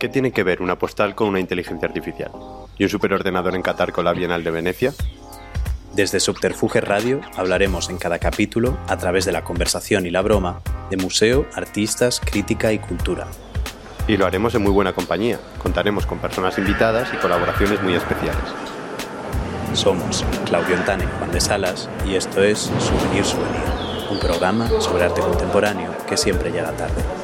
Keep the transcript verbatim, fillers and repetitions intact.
¿Qué tiene que ver una postal con una inteligencia artificial? ¿Y un superordenador en Qatar con la Bienal de Venecia? Desde Subterfuge Radio hablaremos en cada capítulo, a través de la conversación y la broma, de museo, artistas, crítica y cultura. Y lo haremos en muy buena compañía. Contaremos con personas invitadas y colaboraciones muy especiales. Somos Claudio Entane y Juan de Salas y esto es Souvenir Souvenir, un programa sobre arte contemporáneo que siempre llega tarde.